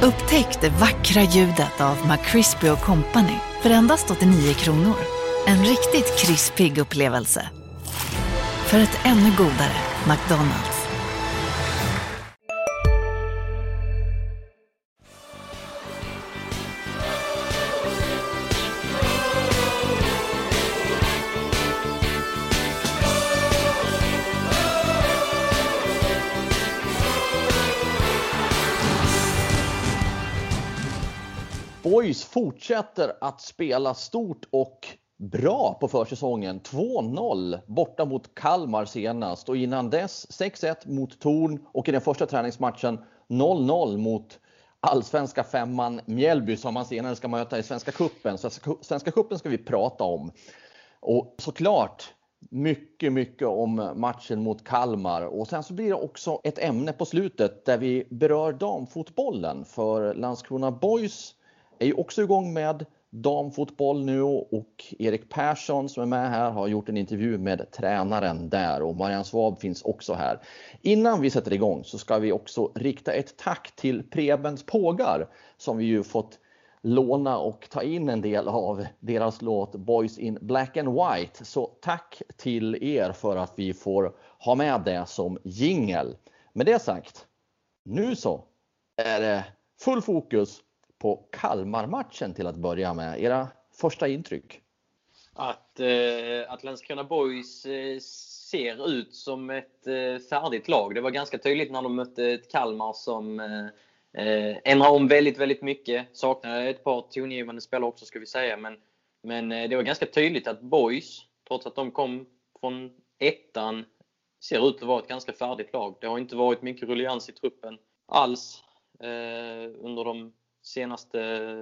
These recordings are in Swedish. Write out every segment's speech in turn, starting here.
Upptäck det vackra ljudet av McCrispy & Company för endast 89 kronor. En riktigt krispig upplevelse. För ett ännu godare McDonald's. Boys fortsätter att spela stort och bra på försäsongen. 2-0 borta mot Kalmar senast och innan dess 6-1 mot Torn och i den första träningsmatchen 0-0 mot allsvenska femman Mjällby som man senare ska möta i Svenska Cupen. Svenska Cupen ska vi prata om. Och såklart mycket om matchen mot Kalmar. Och sen så blir det också ett ämne på slutet där vi berör damfotbollen. För Landskrona Boys är ju också igång med damfotboll nu och Erik Persson som är med här har gjort en intervju med tränaren där och Marianne Svab finns också här. Innan vi sätter igång så ska vi också rikta ett tack till Prebens Pågar som vi ju fått låna och ta in en del av deras låt Boys in Black and White. Så tack till er för att vi får ha med det som jingle. Med det sagt, nu så är det full fokus på Kalmar-matchen till att börja med. Era första intryck? Att Landskrona Boys ser ut som ett färdigt lag. Det var ganska tydligt när de mötte ett Kalmar som ändrar om väldigt mycket. Saknar ett par tongivande spelare också ska vi säga. Men det var ganska tydligt att Boys, trots att de kom från ettan, ser ut att vara ett ganska färdigt lag. Det har inte varit mycket ruljans i truppen alls under de senaste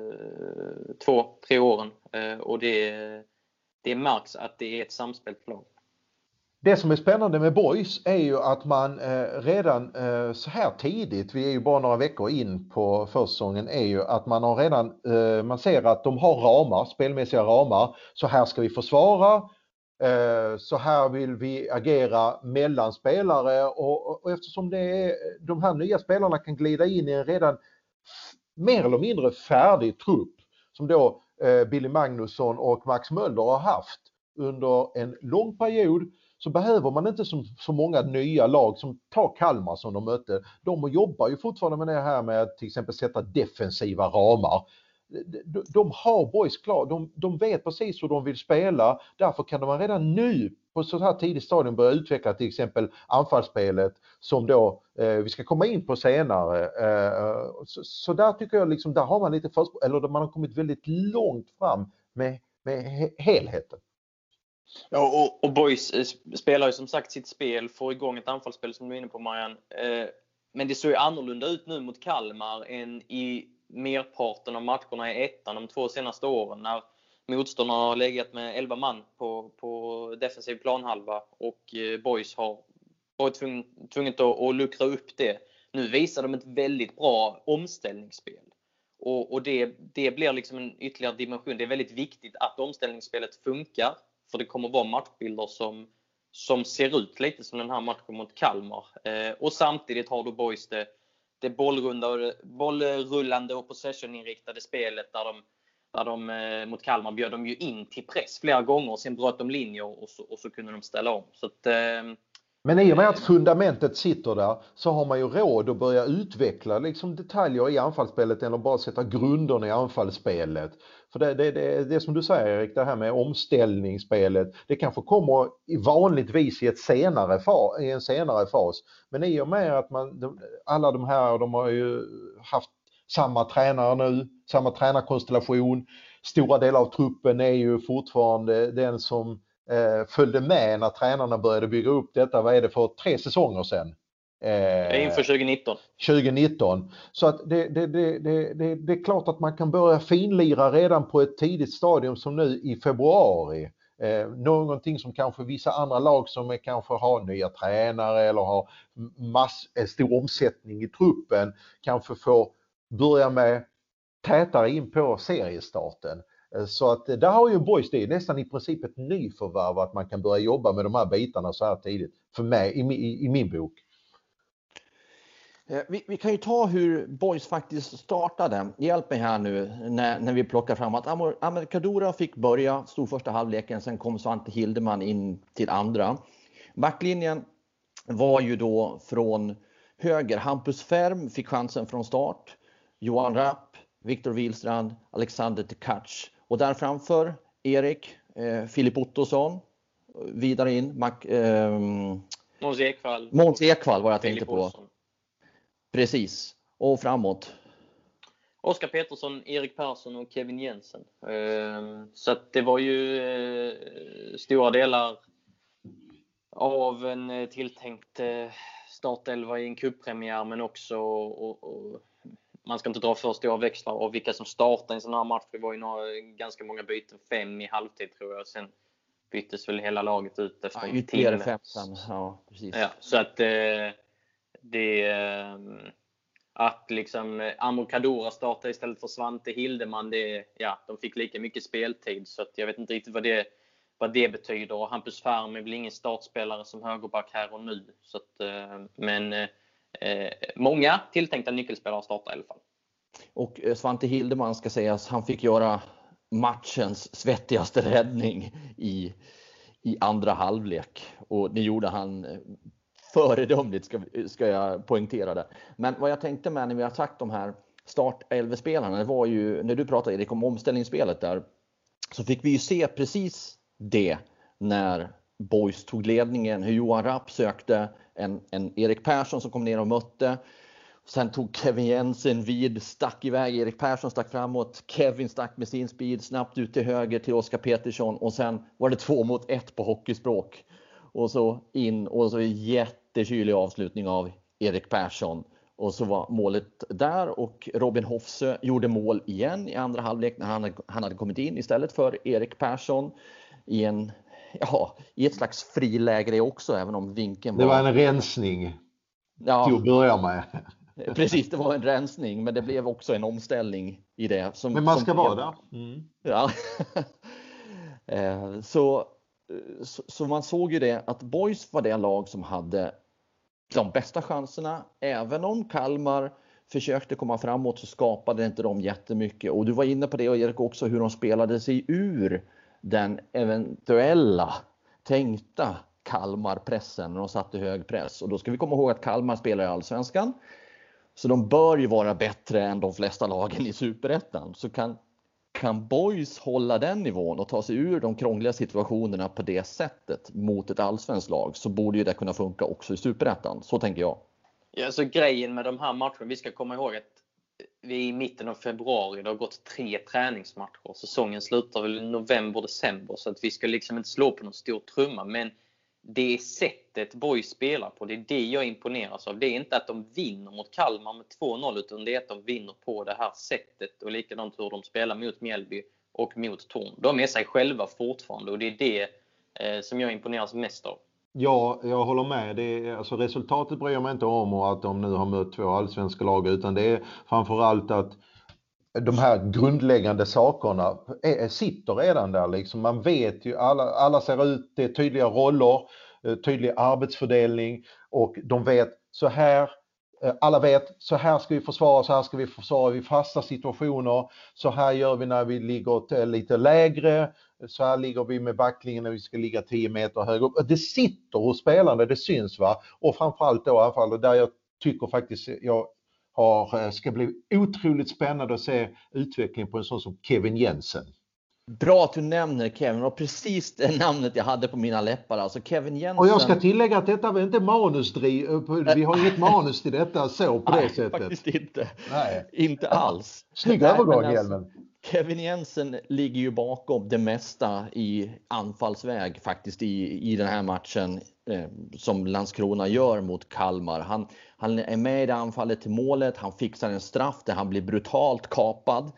2-3 åren och det märks att det är ett samspelt lag. Det som är spännande med Boys är ju att man redan så här tidigt, vi är ju bara några veckor in på försäsongen, är ju att man har redan, man ser att de har ramar, spelmässiga ramar. Så här ska vi försvara, så här vill vi agera mellan spelare och eftersom det är, de här nya spelarna kan glida in i en redan mer eller mindre färdig trupp som då Billy Magnusson och Max Möller har haft under en lång period, så behöver man inte så många nya lag som tar Kalmar som de mötte. De jobbar ju fortfarande med det här med att till exempel sätta defensiva ramar. De har Boys klar, de vet precis hur de vill spela, därför kan de redan nu på så här tidigt stadium börja utveckla till exempel anfallsspelet som då vi ska komma in på senare. Så där tycker jag liksom, där har man lite eller man har kommit väldigt långt fram med helheten. Ja, och Boys spelar ju som sagt sitt spel, får igång ett anfallsspel som du är inne på Marianne. Men det ser ju annorlunda ut nu mot Kalmar än i merparten av matcherna i ettan de 2 senaste åren när motståndarna har legat med 11 man på defensiv planhalva och Boys har varit tvunget att luckra upp det. Nu visar de ett väldigt bra omställningsspel. Och det blir liksom en ytterligare dimension. Det är väldigt viktigt att omställningsspelet funkar. För det kommer vara matchbilder som ser ut lite som den här matchen mot Kalmar. Och samtidigt har du Boys det bollrullande och possession-inriktade spelet där de mot Kalmar bjöd de ju in till press flera gånger. Sen bröt de linjer och så kunde de ställa om. Så att, men i och med att fundamentet sitter där så har man ju råd att börja utveckla liksom detaljer i anfallsspelet än att bara sätta grunderna i anfallsspelet. För det som du säger Erik, det här med omställningsspelet, det kanske kommer vanligtvis i en senare fas. Men i och med att alla de här, de har ju haft samma tränare nu, samma tränarkonstellation. Stora delar av truppen är ju fortfarande den som följde med när tränarna började bygga upp detta. Vad är det för 3 säsonger sedan? Inför 2019. Så att det är klart att man kan börja finlira redan på ett tidigt stadium som nu i februari. Någonting som kanske vissa andra lag som kanske har nya tränare eller har stor omsättning i truppen kanske får börja med tätare in på seriestarten. Så att där har ju Boys, det är nästan i princip ett nyförvärv att man kan börja jobba med de här bitarna så här tidigt. För mig, i min bok. Vi kan ju ta hur Boys faktiskt startade. Hjälp mig här nu när vi plockar fram att Amir Kadura fick börja stor första halvleken. Sen kom Svante Hildeman in till andra. Backlinjen var ju då från höger. Hampus Färm fick chansen från start. Johan Rapp, Viktor Wihlstrand, Alexander Tkac. Och där framför Erik, Filip Ottosson. Vidare in Måns Ekvall var jag tänkte på. Olsson. Precis. Och framåt. Oskar Petersson, Erik Persson och Kevin Jensen. Så att det var ju stora delar av en tilltänkt startelva i en cuppremiär, men också och man ska inte dra för stora växlar av vilka som startar i en sån här match. Det var ju ganska många byten, 5 i halvtid tror jag. Sen byttes väl hela laget ut efter en timme. 15. Ja, precis. Ja, så att att liksom Amir Kadura startade istället för Svante Hildeman, de fick lika mycket speltid, så att jag vet inte riktigt vad det betyder. Och Hampus Färm är väl ingen startspelare som högerback här och nu, så att, men många tilltänkta nyckelspelare startar i alla fall. Och Svante Hildeman ska sägas, han fick göra matchens svettigaste räddning i andra halvlek, och det gjorde han föredömligt, ska jag poängtera det. Men vad jag tänkte med när vi har sagt de här start-11-spelarna, det var ju när du pratade, Erik, om omställningsspelet där, så fick vi ju se precis det när Boys tog ledningen, hur Johan Rapp sökte en Erik Persson som kom ner och mötte. Sen tog Kevin Jensen vid, stack iväg, Erik Persson stack framåt, Kevin stack med sin speed snabbt ut till höger till Oskar Petersson, och sen var det 2 mot 1 på hockeyspråk. Och så in, och så jättekylig avslutning av Erik Persson. Och så var målet där, och Robin Hofsö gjorde mål igen i andra halvlek när han hade kommit in istället för Erik Persson i ett slags friläge också, även om vinkeln var... Det var en rensning till att börja med. Precis, det var en rensning, men det blev också en omställning i det. Men man ska vara där. Ja. Så man såg ju det att Boys var det lag som hade de bästa chanserna. Även om Kalmar försökte komma framåt så skapade inte de jättemycket. Och du var inne på det, och Erik också, hur de spelade sig ur den eventuella tänkta Kalmar-pressen när de satte hög press. Och då ska vi komma ihåg att Kalmar spelar i Allsvenskan. Så de bör ju vara bättre än de flesta lagen i Superettan. Så kan Boys hålla den nivån och ta sig ur de krångliga situationerna på det sättet mot ett allsvenskt lag, så borde ju det kunna funka också i Superettan. Så tänker jag. Ja, så grejen med de här matcherna, vi ska komma ihåg att vi är i mitten av februari, det har gått 3 träningsmatcher. Säsongen slutar väl i november, december, så att vi ska liksom inte slå på någon stor trumma. Men det är sättet Boys spelar på, det är det jag imponeras av. Det är inte att de vinner mot Kalmar med 2-0, utan det är att de vinner på det här sättet. Och likadant hur de spelar mot Mjällby och mot Torn. De är sig själva fortfarande, och det är det som jag imponeras mest av. Ja, jag håller med. Alltså resultatet bryr jag mig inte om, och att de nu har mött 2 allsvenska lag, utan det är framförallt att de här grundläggande sakerna sitter redan där. Liksom. Man vet ju, alla ser ut, det är tydliga roller, tydlig arbetsfördelning, och de vet så här, alla vet så här ska vi försvara, så här ska vi försvara i fasta situationer, så här gör vi när vi ligger lite lägre, så här ligger vi med backlinjen när vi ska ligga 10 meter högre upp. Det sitter hos spelarna, det syns, va? Och framförallt då i alla fall, där jag tycker faktiskt ska bli otroligt spännande att se utvecklingen på en sån som Kevin Jensen. Bra att du nämner Kevin, och precis det namnet jag hade på mina läppar, alltså Kevin Jensen. Och jag ska tillägga att detta var inte manusdriv, vi har inget manus till detta så på det sättet. Nej, faktiskt inte. Nej. Inte alls. Snygg övergång, Hjelmen. Kevin Jensen ligger ju bakom det mesta i anfallsväg faktiskt i den här matchen som Landskrona gör mot Kalmar. Han är med i det anfallet till målet, han fixar en straff där han blir brutalt kapad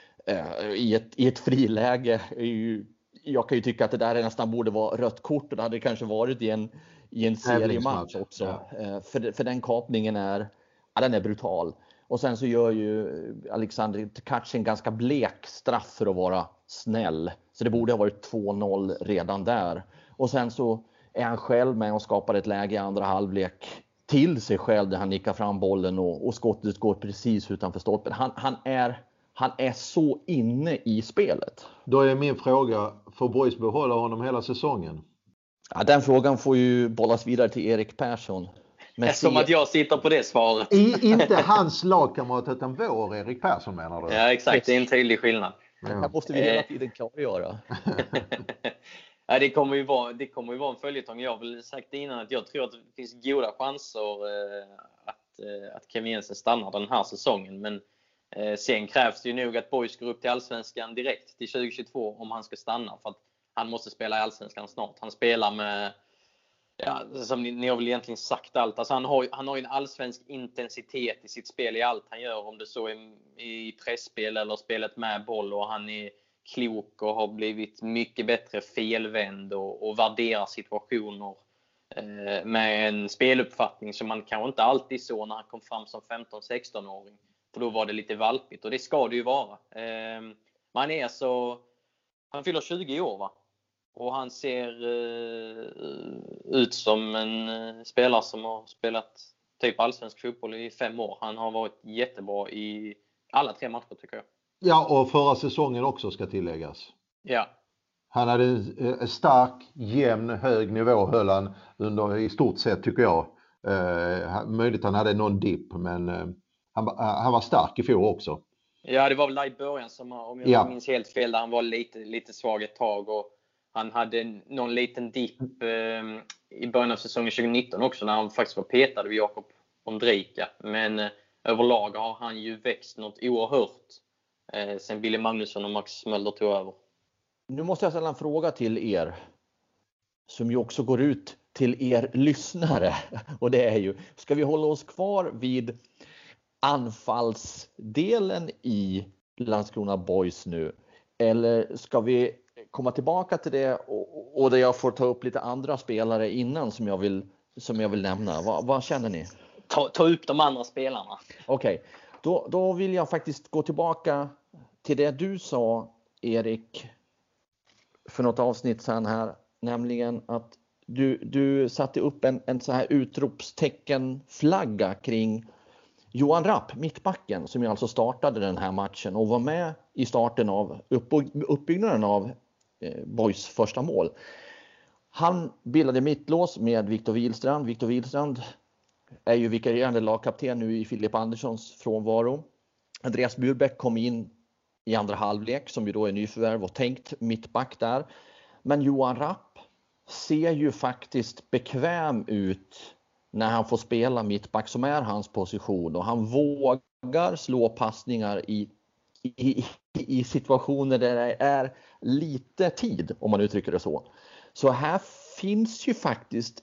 i ett friläge. Jag kan ju tycka att det där nästan borde vara rött kort, och det hade det kanske varit i en seriematch också. Ja. För den kapningen den är brutal. Och sen så gör ju Alexander Tkac en ganska blek straff för att vara snäll. Så det borde ha varit 2-0 redan där. Och sen så är han själv med och skapar ett läge i andra halvlek till sig själv när han nickar fram bollen och skottet går precis utanför stolpen. Han är så inne i spelet. Då är min fråga, får Boys behålla honom hela säsongen? Ja, den frågan får ju bollas vidare till Erik Persson. Men som att jag sitter på det svaret. Inte hans lagkamrat utan vår Erik Persson, menar du? Ja, exakt. Det är en tydlig skillnad. Det här måste vi hela tiden klargöra. Ja, det kommer ju vara en följetong. Jag har väl sagt innan att jag tror att det finns goda chanser att Kevin Jensen stannar den här säsongen. Men sen krävs det ju nog att Boys går upp till Allsvenskan direkt till 2022 om han ska stanna. För att han måste spela i Allsvenskan snart. Han spelar med, som ni har väl egentligen sagt allt. Alltså han har ju en allsvensk intensitet i sitt spel i allt han gör. Om det så är i pressspel eller spelet med boll. Och han är klok och har blivit mycket bättre felvänd och värderar situationer med en speluppfattning som man kanske inte alltid så när han kom fram som 15-16-åring. För då var det lite valpigt och det ska det ju vara. Han fyller 20 år, va? Och han ser ut som en spelare som har spelat typ allsvensk fotboll i 5 år. Han har varit jättebra i alla 3 matcher, tycker jag. Ja, och förra säsongen också ska tilläggas. Ja. Han hade en stark, jämn, hög nivå höll han under i stort sett, tycker jag. Möjligt han hade någon dipp, men han var stark i fjol också. Ja, det var väl där i början som, om jag minns helt fel, där han var lite svag ett tag och han hade någon liten dipp i början av säsongen 2019 också när han faktiskt var petad av Jakob Ondrejka. Men överlag har han ju växt något oerhört sen Billy Magnusson och Max Mölder tog över. Nu måste jag ställa en fråga till er som ju också går ut till er lyssnare. Och det är ju, ska vi hålla oss kvar vid anfallsdelen i Landskrona Boys nu? Eller ska vi komma tillbaka till det och där jag får ta upp lite andra spelare innan som jag vill nämna? Vad känner ni? Ta upp de andra spelarna. Okej, då vill jag faktiskt gå tillbaka till det du sa, Erik, för något avsnitt sedan här. Nämligen att du satte upp en så här utropsteckenflagga kring Johan Rapp, mittbacken, som ju alltså startade den här matchen och var med i starten av uppbyggnaden av Boys första mål. Han bildade mittlås med Viktor Wihlstrand. Viktor Wihlstrand är ju vikarierande lagkapten nu i Filip Anderssons frånvaro. Andreas Burbeck kom in i andra halvlek som ju då är nyförvärv och tänkt mittback där. Men Johan Rapp ser ju faktiskt bekväm ut när han får spela mittback som är hans position. Och han vågar slå passningar i situationer där det är lite tid, om man uttrycker det så. Så här finns ju faktiskt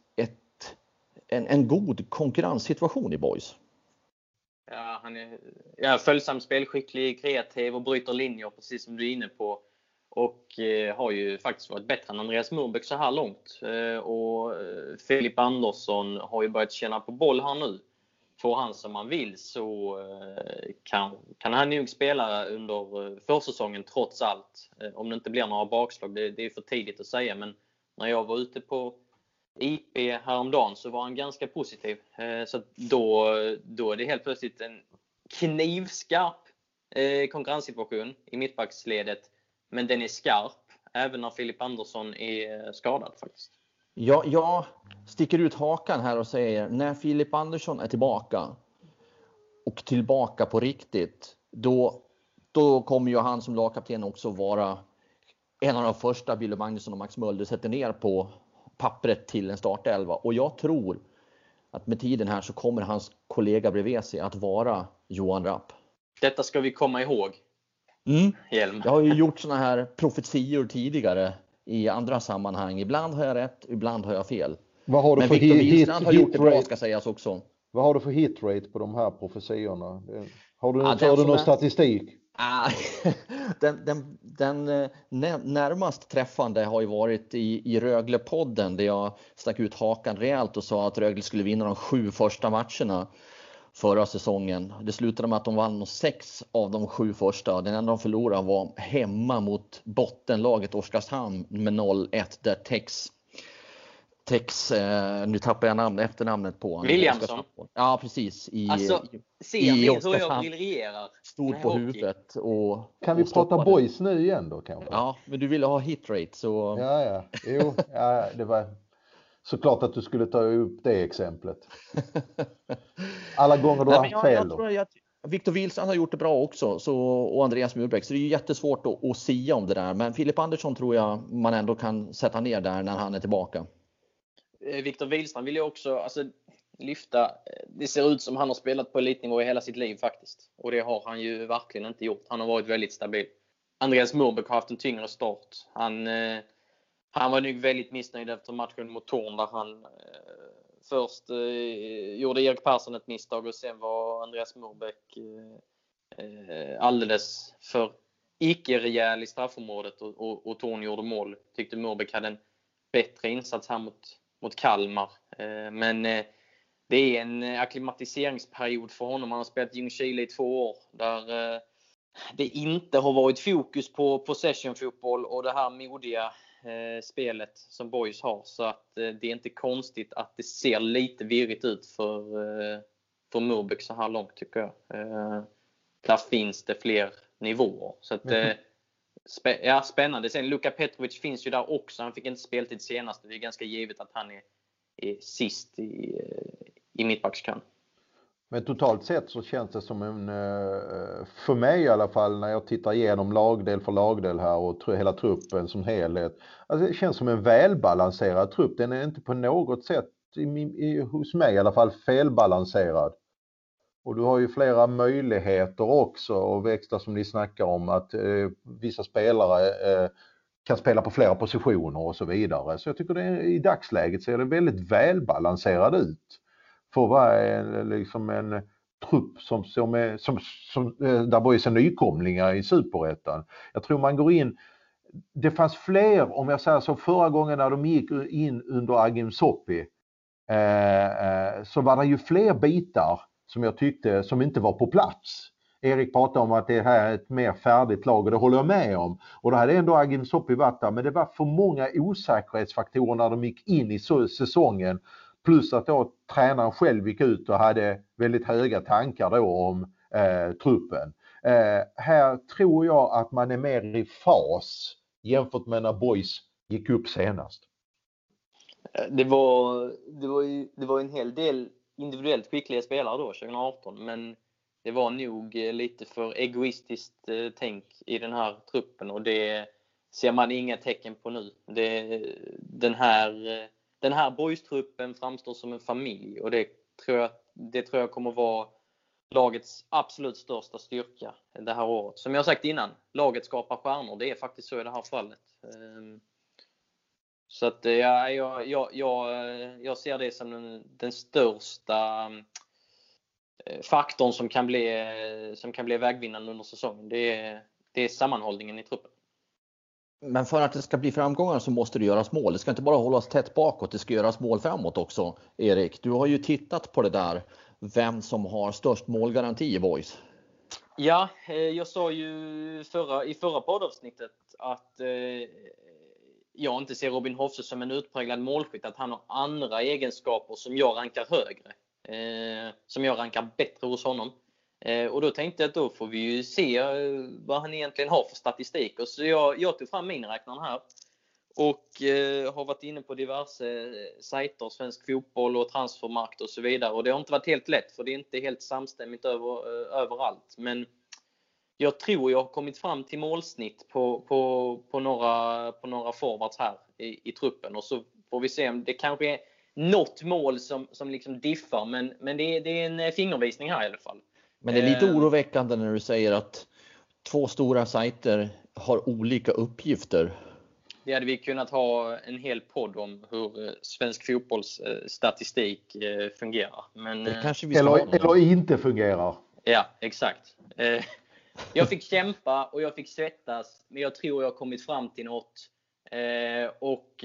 en god konkurrenssituation i Boys. Ja, han är följsam, spelskicklig, kreativ och bryter linjer precis som du är inne på. Och har ju faktiskt varit bättre än Andreas Murbeck så här långt. Och Filip Andersson har ju börjat känna på boll här nu. Får han som han vill så kan han nog spela under försäsongen trots allt. Om det inte blir några bakslag, det är för tidigt att säga. Men när jag var ute på IP häromdagen så var han ganska positiv. Så då är det helt plötsligt en knivskarp konkurrenssituation i mittbacksledet. Men den är skarp även när Filip Andersson är skadad faktiskt. Ja, jag sticker ut hakan här och säger när Filip Andersson är tillbaka och tillbaka på riktigt, då kommer ju han som lagkapten också vara en av de första Billy Magnusson och Max Mölder sätter ner på pappret till en startelva. Och jag tror att med tiden här så kommer hans kollega bredvid sig att vara Johan Rapp. Detta ska vi komma ihåg. Jag har ju gjort såna här profetior tidigare i andra sammanhang. Ibland har jag rätt, ibland har jag fel. Vad har du men för Viktor Wihlstrand har gjort det bra, ska sägas också. Vad har du för hitrate på de här profetiorna? Har du någon statistik? Den närmast träffande har ju varit i Rögle-podden där jag stack ut hakan rejält och sa att Rögle skulle vinna de 7 första matcherna förra säsongen. Det slutade med att de vann 6 av de 7 första. Den enda de förlorade var hemma mot bottenlaget Oskarshamn med 0-1 där Tex Tex, nu tappar jag efternamnet på honom. Williamson. Ja, precis. Ser ni hur jag briljerar? Stod på huvudet och... Kan vi prata boys nu igen då kanske? Ja, men du ville ha hitrate så... Ja. Jo, ja, det var såklart att du skulle ta upp det exemplet. Alla gånger du har haft fel. Jag tror att Victor Wilson har gjort det bra också och Andreas Murbeck. Så det är ju jättesvårt att sia om det där. Men Filip Andersson tror jag man ändå kan sätta ner där när han är tillbaka. Victor Wilson vill jag också lyfta. Det ser ut som han har spelat på elitnivå i hela sitt liv faktiskt. Och det har han ju verkligen inte gjort. Han har varit väldigt stabil. Andreas Murbeck har haft en tyngre start. Han var nog väldigt missnöjd efter matchen mot Torn där han först gjorde Erik Persson ett misstag och sen var Andreas Murbeck alldeles för icke-rejäl i straffområdet och Torn gjorde mål. Tyckte Murbeck hade en bättre insats här mot Kalmar. Men det är en akklimatiseringsperiod för honom. Han har spelat i Ljungskile i 2 år där det inte har varit fokus på possession-fotboll och det här modiga spelet som boys har. Så att det är inte konstigt att det ser lite virrigt ut för Murbeck så här långt tycker jag. Där finns det fler nivåer. Så att, spännande. Sen Luka Petrovic finns ju där också. Han fick inte speltid senast. Det är ganska givet att han är sist i mittbackskön. Men totalt sett så känns det som för mig i alla fall när jag tittar igenom lagdel för lagdel här och hela truppen som helhet. Alltså det känns som en välbalanserad trupp. Den är inte på något sätt, hos mig i alla fall, felbalanserad. Och du har ju flera möjligheter också att växla som ni snackar om. Att vissa spelare kan spela på flera positioner och så vidare. Så jag tycker i dagsläget ser det väldigt välbalanserad ut. För att vara liksom en trupp som där boys är nykomlingar i Superettan. Jag tror man går in, det fanns fler, om jag säger så, förra gången när de gick in under Agim Soppi så var det ju fler bitar som jag tyckte som inte var på plats. Erik pratade om att det här är ett mer färdigt lag och det håller jag med om. Och då hade ändå Agim Soppi varit där, men det var för många osäkerhetsfaktorer när de gick in i säsongen. Plus att då tränaren själv gick ut och hade väldigt höga tankar då om truppen. Här tror jag att man är mer i fas jämfört med när boys gick upp senast. Det var en hel del individuellt skickliga spelare då 2018, men det var nog lite för egoistiskt tänk i den här truppen och det ser man inga tecken på nu. Den här boys-truppen framstår som en familj och det tror jag kommer vara lagets absolut största styrka det här året. Som jag sagt innan, laget skapar stjärnor. Det är faktiskt så i det här fallet. Så att jag ser det som den största faktorn som kan bli vägvinnande under säsongen. Det är sammanhållningen i truppen. Men för att det ska bli framgångar så måste det göras mål. Det ska inte bara hållas tätt bakåt, det ska göras mål framåt också. Erik, du har ju tittat på det där. Vem som har störst målgaranti i boys. Ja, jag sa ju i förra poddavsnittet att jag inte ser Robin Hoffse som en utpräglad målskytt. Att han har andra egenskaper som jag rankar högre. Som jag rankar bättre hos honom. Och då tänkte jag att då får vi ju se vad han egentligen har för statistik. Och så jag tog fram miniräknaren här. Och har varit inne på diverse sajter, Svensk Fotboll och Transfermarkt och så vidare. Och det har inte varit helt lätt för det är inte helt samstämmigt överallt. Men jag tror jag har kommit fram till målsnitt på några forwards här i truppen. Och så får vi se om det kanske är något mål som liksom diffar. Men det är en fingervisning här i alla fall. Men det är lite oroväckande när du säger att 2 stora sajter har olika uppgifter. Det hade vi kunnat ha en hel podd om hur svensk fotbolls statistik fungerar. Men, det kanske vi eller inte fungerar. Ja, exakt. Jag fick kämpa och jag fick svettas. Men jag tror jag har kommit fram till något. Och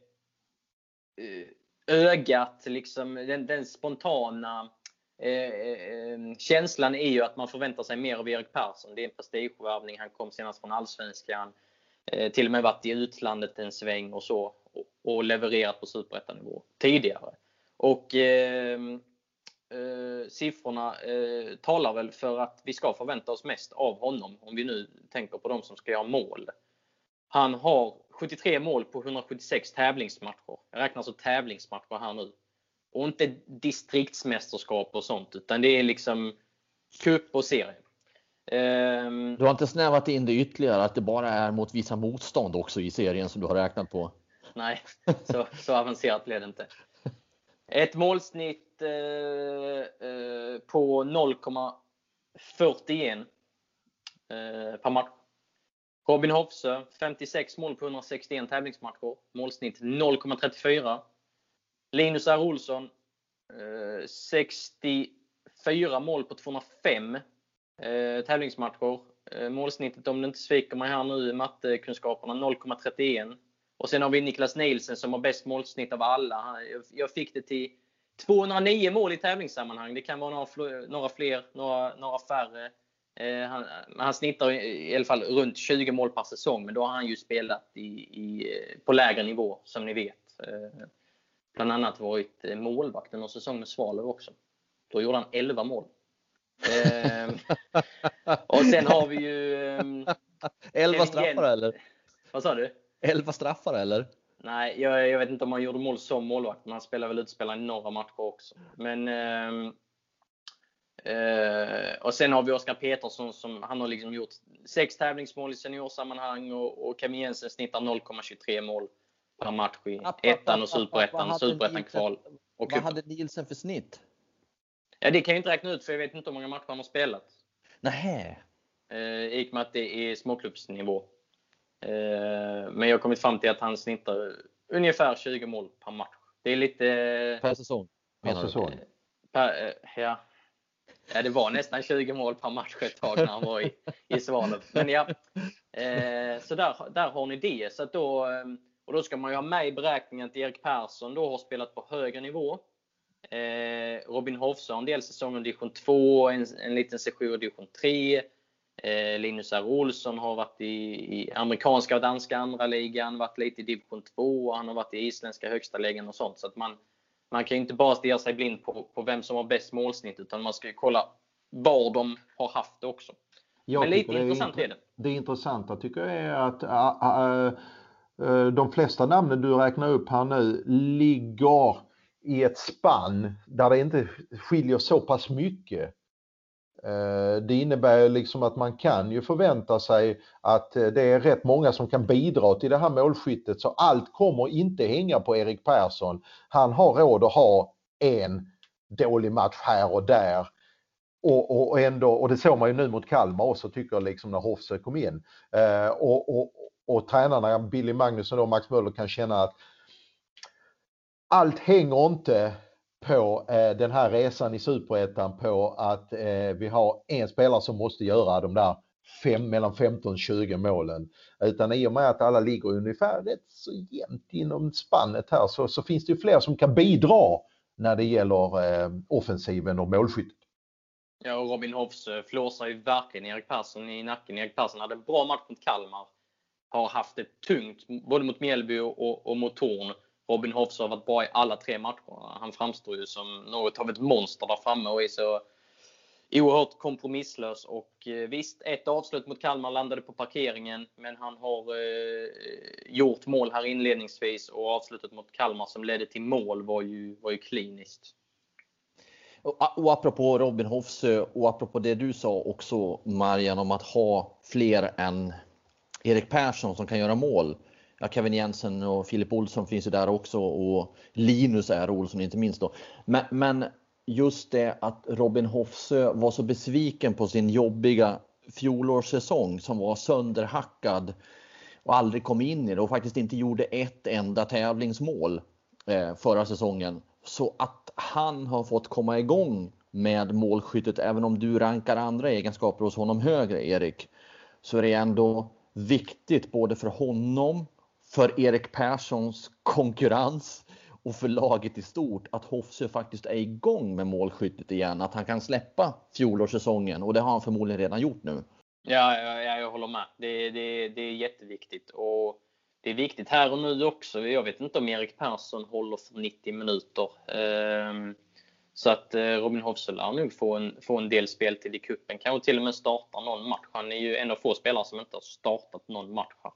ögat, liksom, den spontana känslan är ju att man förväntar sig mer av Erik Persson. Det är en prestigevärvning. Han kom senast från Allsvenskan. Till och med varit i utlandet en sväng och så. Och och levererat på superettanivå tidigare. Och siffrorna talar väl för att vi ska förvänta oss mest av honom, om vi nu tänker på de som ska göra mål. Han har 73 mål på 176 tävlingsmatcher. Jag räknar alltså tävlingsmatcher här nu. Och inte distriktsmästerskap och sånt, utan det är liksom cup och serie. Du har inte snävat in det ytterligare att det bara är mot vissa motstånd också i serien som du har räknat på? Nej, så avancerat blev det inte. Ett målsnitt på 0,41 per match. Robin Hofsö, 56 mål på 161 tävlingsmatcher. Målsnitt 0,34. Linus R. Olsson, 64 mål på 205 tävlingsmatcher. Målsnittet, om det inte sviker mig här nu i mattekunskaperna, 0,31. Och sen har vi Niklas Nielsen som har bäst målsnitt av alla. Jag fick det till 209 mål i tävlingssammanhang. Det kan vara några fler, några färre. Han snittar i alla fall runt 20 mål per säsong. Men då har han ju spelat på lägre nivå, som ni vet. Bland annat varit målvakt någon säsong med Svalöv också. Då gjorde han 11 mål. Och sen har vi ju 11 straffar eller? Vad sa du? 11 straffar eller? Nej, jag vet inte om han gjorde mål som målvakt. Men han spelar väl utspelare i några matcher också. Men och sen har vi Oskar Petersson som han har liksom gjort 6 tävlingsmål i seniorsammanhang. Och Kevin Jensen snittar 0,23 mål per match i ettan och superettan kval. Och vad hade Nielsen för snitt? Ja, det kan jag inte räkna ut för jag vet inte hur många matcher han har spelat. Nähä. I och med att det är småklubbsnivå. Men jag har kommit fram till att han snittar ungefär 20 mål per match. Det är lite... Per säsong? Ja, det var nästan 20 mål per match ett tag när han var i Svalöv. Men ja, så där har ni det. Så att då ska man ju ha med i beräkningen att Erik Persson då har spelat på högre nivå. Robin Hofsö en del säsonger i division 2, en liten session i division 3. Linus R. Olsson har varit i amerikanska och danska andra ligan, varit lite i division 2, han har varit i isländska högsta ligan och sånt. Så att man kan ju inte bara stirra sig blind på vem som har bäst målsnitt, utan man ska ju kolla var de har haft det också. Men lite intressant är det. Det intressanta tycker jag är att de flesta namnen du räknar upp här nu ligger i ett spann där det inte skiljer så pass mycket. Det innebär liksom att man kan ju förvänta sig att det är rätt många som kan bidra till det här målskyttet, så allt kommer inte hänga på Erik Persson. Han har råd att ha en dålig match här och där. Och det såg man ju nu mot Kalmar också, tycker jag, liksom när Hofsö kom in. Och tränarna Billy Magnusson och Max Möller kan känna att allt hänger inte på den här resan i superettan på att vi har en spelare som måste göra de där mellan 15-20 målen. Utan i och med att alla ligger ungefär rätt så jämnt inom spannet här så finns det ju fler som kan bidra när det gäller offensiven och målskyttet. Ja, och Robin Hofsö flåsar ju verkligen Erik Persson i nacken. Erik Persson hade en bra match mot Kalmar. Har haft det tungt både mot Mjällby och mot Torn. Robin Hofsö har varit bra i alla 3 matcher. Han framstår ju som något av ett monster där framme och är så oerhört kompromisslös. Och visst, ett avslut mot Kalmar landade på parkeringen. Men han har gjort mål här inledningsvis. Och avslutet mot Kalmar som ledde till mål var ju kliniskt. Och apropå Robin Hofsö och apropå det du sa också, Marian, om att ha fler än Erik Persson som kan göra mål. Ja, Kevin Jensen och Filip Olsson finns ju där också, och Linus R. Olsson inte minst då. Men just det att Robin Hofsö var så besviken på sin jobbiga fjolårssäsong som var sönderhackad och aldrig kom in i det och faktiskt inte gjorde ett enda tävlingsmål förra säsongen. Så att han har fått komma igång med målskyttet, även om du rankar andra egenskaper hos honom högre, Erik, så är det ändå viktigt både för honom, för Erik Perssons konkurrens och för laget i stort att Hofsö faktiskt är igång med målskyttet igen. Att han kan släppa fjolårssäsongen, och det har han förmodligen redan gjort nu. Ja, jag håller med. Det är jätteviktigt. Och är viktigt här och nu också. Jag vet inte om Erik Persson håller för 90 minuter. Så att Robin Hoffsö lär nog få en del speltid i kuppen. Kanske till och med starta någon match. Han är ju en av få spelare som inte har startat någon match här.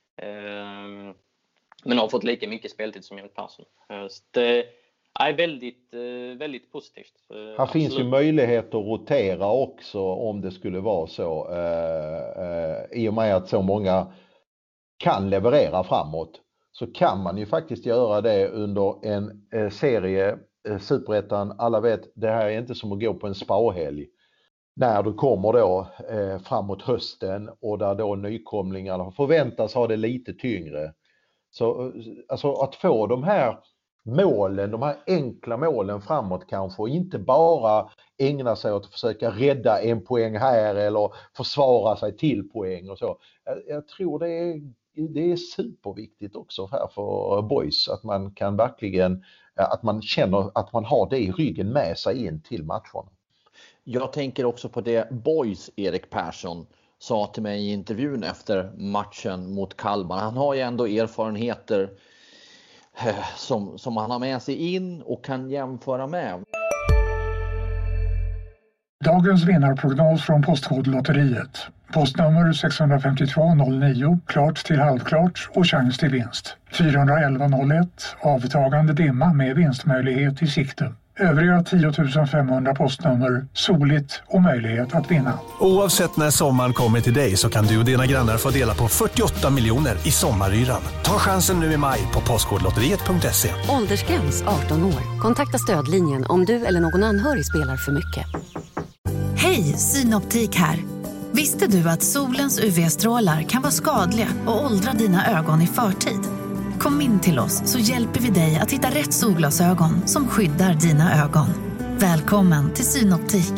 Men har fått lika mycket speltid som Erik Persson. Så det är väldigt positivt. Här finns ju möjlighet att rotera också om det skulle vara så. I och med att så många kan leverera framåt så kan man ju faktiskt göra det under en serie. Superettan, alla vet, det här är inte som att gå på en spahelg. När du kommer då framåt hösten och där då nykomlingarna förväntas ha det lite tyngre. Så alltså att få de här målen, de här enkla målen framåt kanske, och inte bara ägna sig åt att försöka rädda en poäng här eller försvara sig till poäng och så. Jag tror det är superviktigt också här för boys att man kan verkligen, att man känner att man har det i ryggen med sig in till matcherna. Jag tänker också på det boys Erik Persson sa till mig i intervjun efter matchen mot Kalmar. Han har ju ändå erfarenheter som han har med sig in och kan jämföra med. Dagens vinnarprognos från Postkodlotteriet. Postnummer 65209, klart till halvklart och chans till vinst. 41101, avtagande dimma med vinstmöjlighet i sikte. Övriga 10 500 postnummer, soligt och möjlighet att vinna. Oavsett när sommaren kommer till dig så kan du och dina grannar få dela på 48 miljoner i sommaryran. Ta chansen nu i maj på postkodlotteriet.se. Åldersgräns 18 år. Kontakta stödlinjen om du eller någon anhörig spelar för mycket. Hej, Synoptik här. Visste du att solens UV-strålar kan vara skadliga och åldra dina ögon i förtid? Kom in till oss så hjälper vi dig att hitta rätt solglasögon som skyddar dina ögon. Välkommen till Synoptik.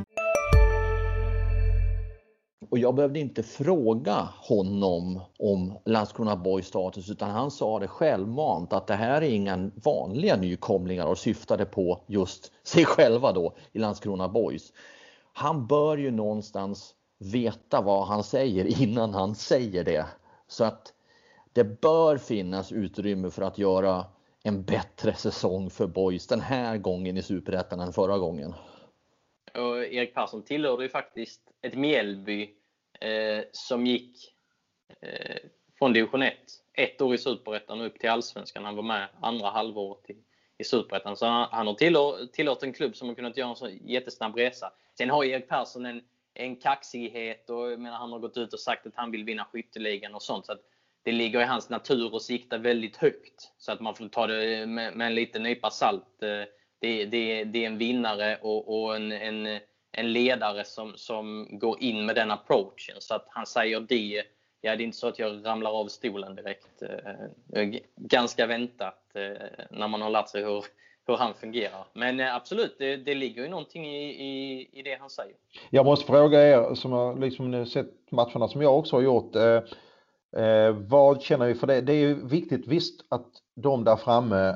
Och jag behövde inte fråga honom om Landskrona Boys status, utan han sa det självmant att det här är inga vanliga nykomlingar och syftade på just sig själva då i Landskrona Boys. Han bör ju någonstans veta vad han säger innan han säger det. Så att det bör finnas utrymme för att göra en bättre säsong för boys den här gången i Superettan än förra gången. Och Erik Persson tillhörde ju faktiskt ett Mjällby som gick från division 1 år i Superettan och upp till Allsvenskan. Han var med andra halvåret i Superettan. Så han har tillhört en klubb som har kunnat göra en så jättesnabb resa. Sen har Erik Persson en kaxighet och jag menar, han har gått ut och sagt att han vill vinna skytteligan och sånt. Så att det ligger i hans natur att sikta väldigt högt. Så att man får ta det med en liten nypa salt. Det är en vinnare och en ledare som går in med den approachen. Så att han säger det. Ja, det är inte så att jag ramlar av stolen direkt. Ganska väntat när man har lärt sig hur han fungerar. Men absolut, det ligger ju någonting i det han säger. Jag måste fråga er som har liksom sett matcherna som jag också har gjort. Vad känner vi för det? Det är ju viktigt visst att de där framme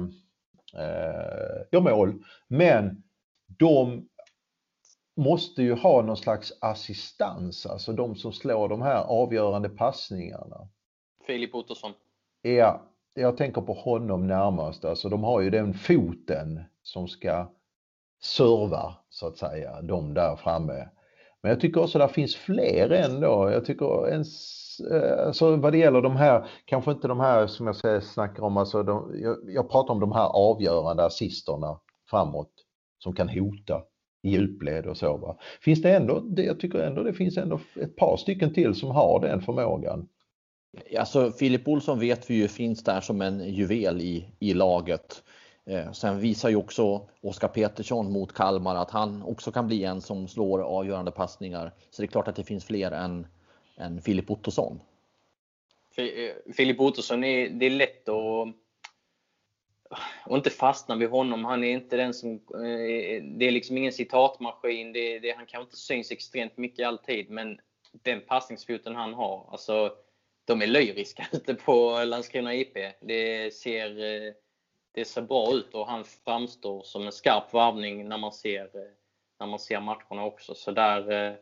gör mål. Men de måste ju ha någon slags assistans. Alltså de som slår de här avgörande passningarna. Filip Ottosson. Ja, jag tänker på honom närmast. Alltså de har ju den foten som ska serva så att säga. De där framme. Men jag tycker också att det finns fler ändå. Jag tycker alltså vad det gäller de här, kanske inte de här som jag snackar om, alltså jag pratar om de här avgörande assisterna framåt som kan hota i djupled och så. Va? Finns det ändå, jag tycker ändå det finns ändå ett par stycken till som har den förmågan. Alltså Filip Olsson vet vi ju finns där som en juvel i laget. Sen visar ju också Oskar Petersson mot Kalmar att han också kan bli en som slår avgörande passningar. Så det är klart att det finns fler än Filip Ottosson. Filip Ottosson det är lätt att inte fastna vid honom. Han är inte den som det är liksom ingen citatmaskin. Han kan inte syns extremt mycket alltid, men den passningsfoten han har, alltså de är lyriska ute på Landskrona IP. Det ser bra ut och han framstår som en skarp varvning när man ser matcherna också. Så där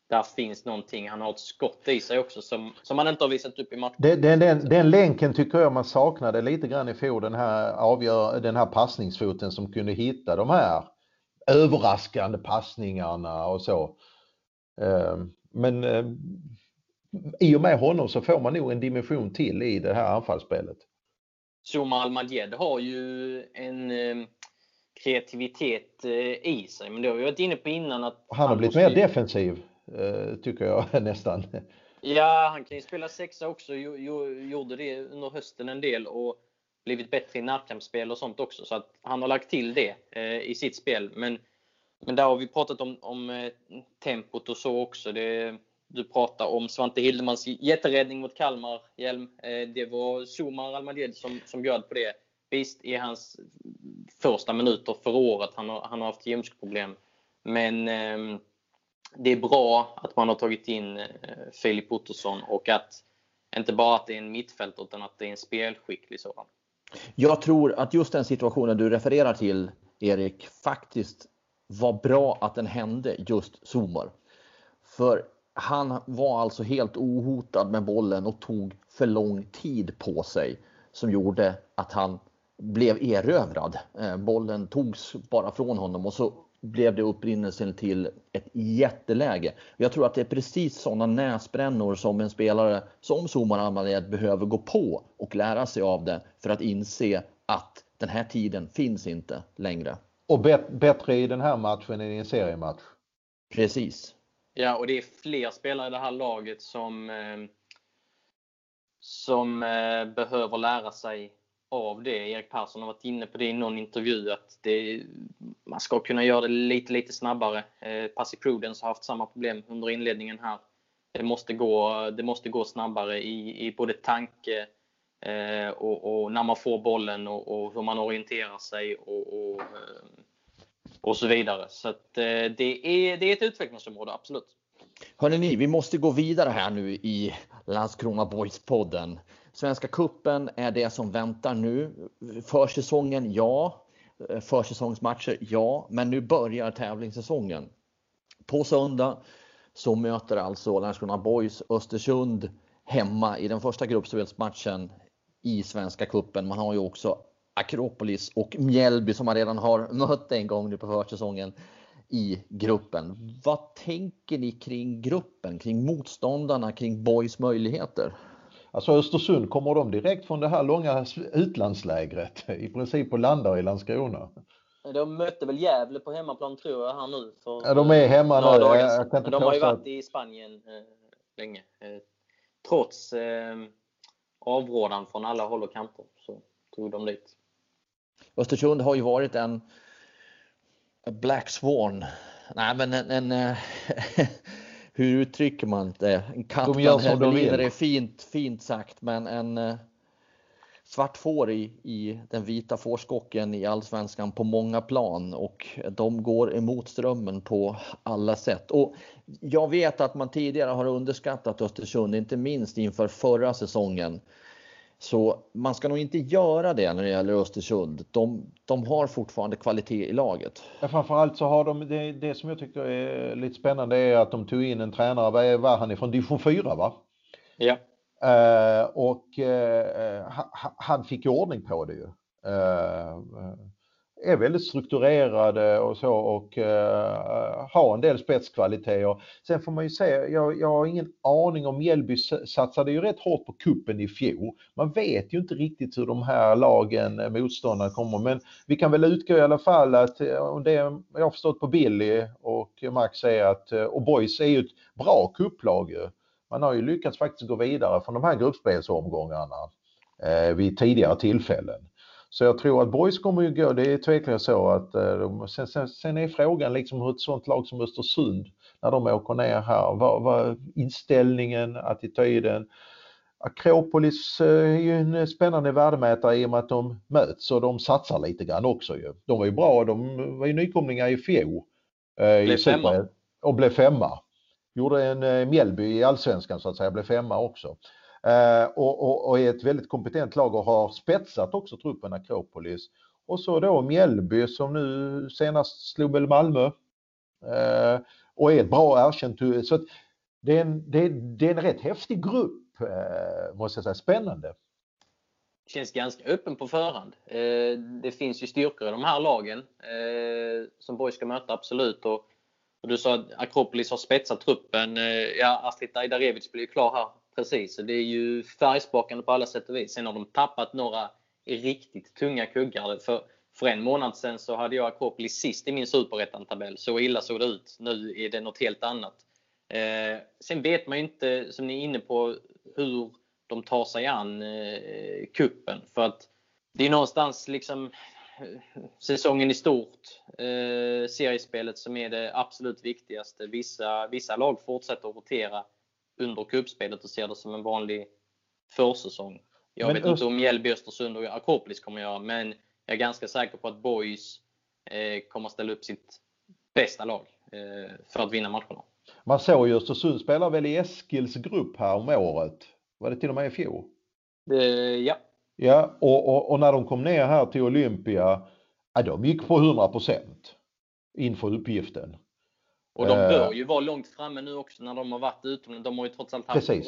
där finns någonting. Han har ett skott i sig också som han inte har visat upp i matchen. Den länken tycker jag man saknade lite grann i fjol, den här passningsfoten som kunde hitta de här överraskande passningarna och så. Men i och med honom så får man nog en dimension till i det här anfallsspelet. Soumar Al-Madjed har ju en kreativitet i sig, men det har vi varit inne på innan att han har blivit mer defensiv, tycker jag nästan. Ja, han kan ju spela sexa också, gjorde det under hösten en del och blivit bättre i närkampsspel och sånt också, så att han har lagt till det i sitt spel. Men där har vi pratat om tempot och så också. Du pratar om Svante Hildemans jätteräddning mot Kalmar, Hjelm. Det var Soumar Al-Madjed som bjöd på det. Visst, i hans första minuter för året. Han har haft ljumskproblem. Men det är bra att man har tagit in Filip Ottosson och att inte bara att det är en mittfält utan att det är en spelskicklig sådan. Jag tror att just den situationen du refererar till, Erik, faktiskt var bra att den hände just Soumar. För han var alltså helt ohotad med bollen och tog för lång tid på sig som gjorde att han blev erövrad. Bollen togs bara från honom och så blev det upprinnelsen till ett jätteläge. Jag tror att det är precis sådana näsbrännor som en spelare som Soumar Al-Madjed behöver gå på och lära sig av det för att inse att den här tiden finns inte längre. Och bättre i den här matchen än i en seriematch. Precis. Ja, och det är fler spelare i det här laget som behöver lära sig av det. Erik Persson har varit inne på det i någon intervju att man ska kunna göra det lite snabbare. Pasi Prudence har haft samma problem under inledningen här. Det måste gå snabbare i både tanke och när man får bollen och hur man orienterar sig och så vidare. Så att det är ett utvecklingsområde, absolut. Hörrni, vi måste gå vidare här nu i Landskrona Boys-podden. Svenska kuppen är det som väntar nu. Försäsongen, ja. Försäsongsmatcher, ja. Men nu börjar tävlingssäsongen. På söndag så möter alltså Landskrona Boys Östersund hemma i den första gruppspelsmatchen i Svenska kuppen. Man har ju också Akropolis och Mjällby som man redan har mött en gång nu på försäsongen i gruppen. Vad tänker ni kring gruppen, kring motståndarna, kring Boys möjligheter? Alltså Östersund, kommer de direkt från det här långa utlandslägret i princip och landar i Landskrona? De mötte väl Gävle på hemmaplan tror jag här nu. Ja, de är hemma nu. De har ju varit i Spanien länge. Trots avrådan från alla håll och kanter så tog de dit. Östersund har ju varit en Black Swan. Nej, men hur uttrycker man det? En katt bland hermeliner är fint sagt, men en svart får i den vita fårskocken i Allsvenskan på många plan, och de går emot strömmen på alla sätt. Och jag vet att man tidigare har underskattat Östersund, inte minst inför förra säsongen. Så man ska nog inte göra det när det gäller Östersund. De har fortfarande kvalitet i laget. Ja, framförallt så har de det som jag tycker är lite spännande är att de tog in en tränare, var han är från division 4 va? Ja. Han fick ordning på det ju. Är väldigt strukturerade och så och har en del spetskvaliteter. Sen får man ju säga, jag har ingen aning om Mjällby satsade ju rätt hårt på kuppen i fjol. Man vet ju inte riktigt hur de här lagen motståndarna kommer, men vi kan väl utgå i alla fall att det jag har förstått på Billy och Max säger att och Boys är ju ett bra kupplag. Man har ju lyckats faktiskt gå vidare från de här gruppspelsomgångarna vid tidigare tillfällen. Så jag tror att Boys kommer ju gå, det är tveklöst så att sen är frågan liksom hur ett sånt lag som Östersund, när de åker ner här, vad inställningen, attityden. Akropolis är ju en spännande värdemätare i och med att de möts och de satsar lite grann också ju. De var ju bra, de var ju nykomlingar i fjol. Och blev femma. Gjorde en Mjällby i Allsvenskan så att säga, blev femma också. Och är ett väldigt kompetent lag och har spetsat också truppen Akropolis. Och så då Mjällby som nu senast slog väl Malmö. och är ett bra erkänt. Så att det är en rätt häftig grupp, måste jag säga. Spännande. Känns ganska öppen på förhand. Det finns ju styrkor i de här lagen som Boys ska möta, absolut. Och du sa att Akropolis har spetsat truppen. Astrid Ajdarevic blir ju klar här precis. Så det är ju färgsprakande på alla sätt och vis. Sen har de tappat några riktigt tunga kuggar. För en månad sedan så hade jag Akropolis sist i min superettan-tabell. Så illa såg det ut. Nu är det något helt annat. Sen vet man ju inte, som ni är inne på, hur de tar sig an kuppen. För att det är någonstans liksom säsongen i stort, seriespelet, som är det absolut viktigaste. Vissa lag fortsätter att rotera under kuppspelet och ser det som en vanlig försäsong. Jag vet inte om Mjällby, Östersund och Akropolis kommer göra, men jag är ganska säker på att Boys kommer ställa upp sitt bästa lag för att vinna matcherna. Man såg ju Östersund spelar väl i Eskils grupp här om året. Var det till och med i fjol? Ja. Ja, och när de kom ner här till Olympia, de gick på 100% inför uppgiften. Och de bör ju vara långt framme nu också när de har varit utomlands. De har ju trots allt haft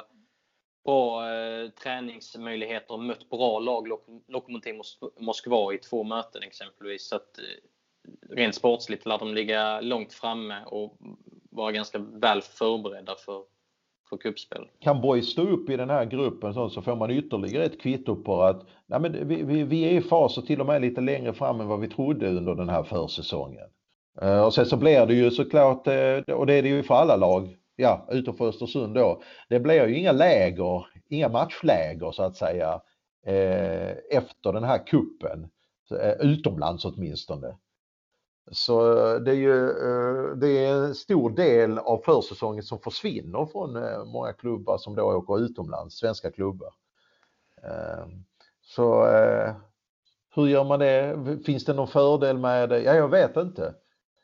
bra träningsmöjligheter och mött bra lag. Lokomotiv Moskva i 2 möten exempelvis. Så att rent sportsligt lär de ligga långt framme och vara ganska väl förberedda för kuppspel. Kan Boys stå upp i den här gruppen så får man ytterligare ett kvitto på att vi är i fas och till och med lite längre fram än vad vi trodde under den här försäsongen. Och sen så blir det ju såklart, och det är det ju för alla lag, utom för Östersund då, det blir ju inga matchläger så att säga efter den här kuppen, utomlands åtminstone. Så det är en stor del av försäsongen som försvinner från många klubbar som då åker utomlands, svenska klubbar. Så hur gör man det? Finns det någon fördel med det? Jag vet inte.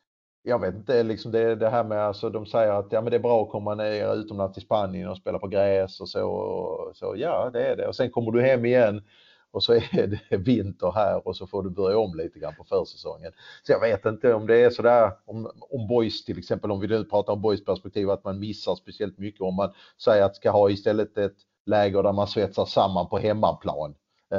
Liksom det här med, alltså de säger att men det är bra att komma ner utomlands till Spanien och spela på gräs och så ja, det är det. Och sen kommer du hem igen och så är det vinter här och så får du börja om lite grann på försäsongen. Så jag vet inte om det är så där, om Boys till exempel, om vi nu pratar om Boys perspektiv, att man missar speciellt mycket om man säger att ska ha istället ett läger där man svetsar samman på hemmaplan.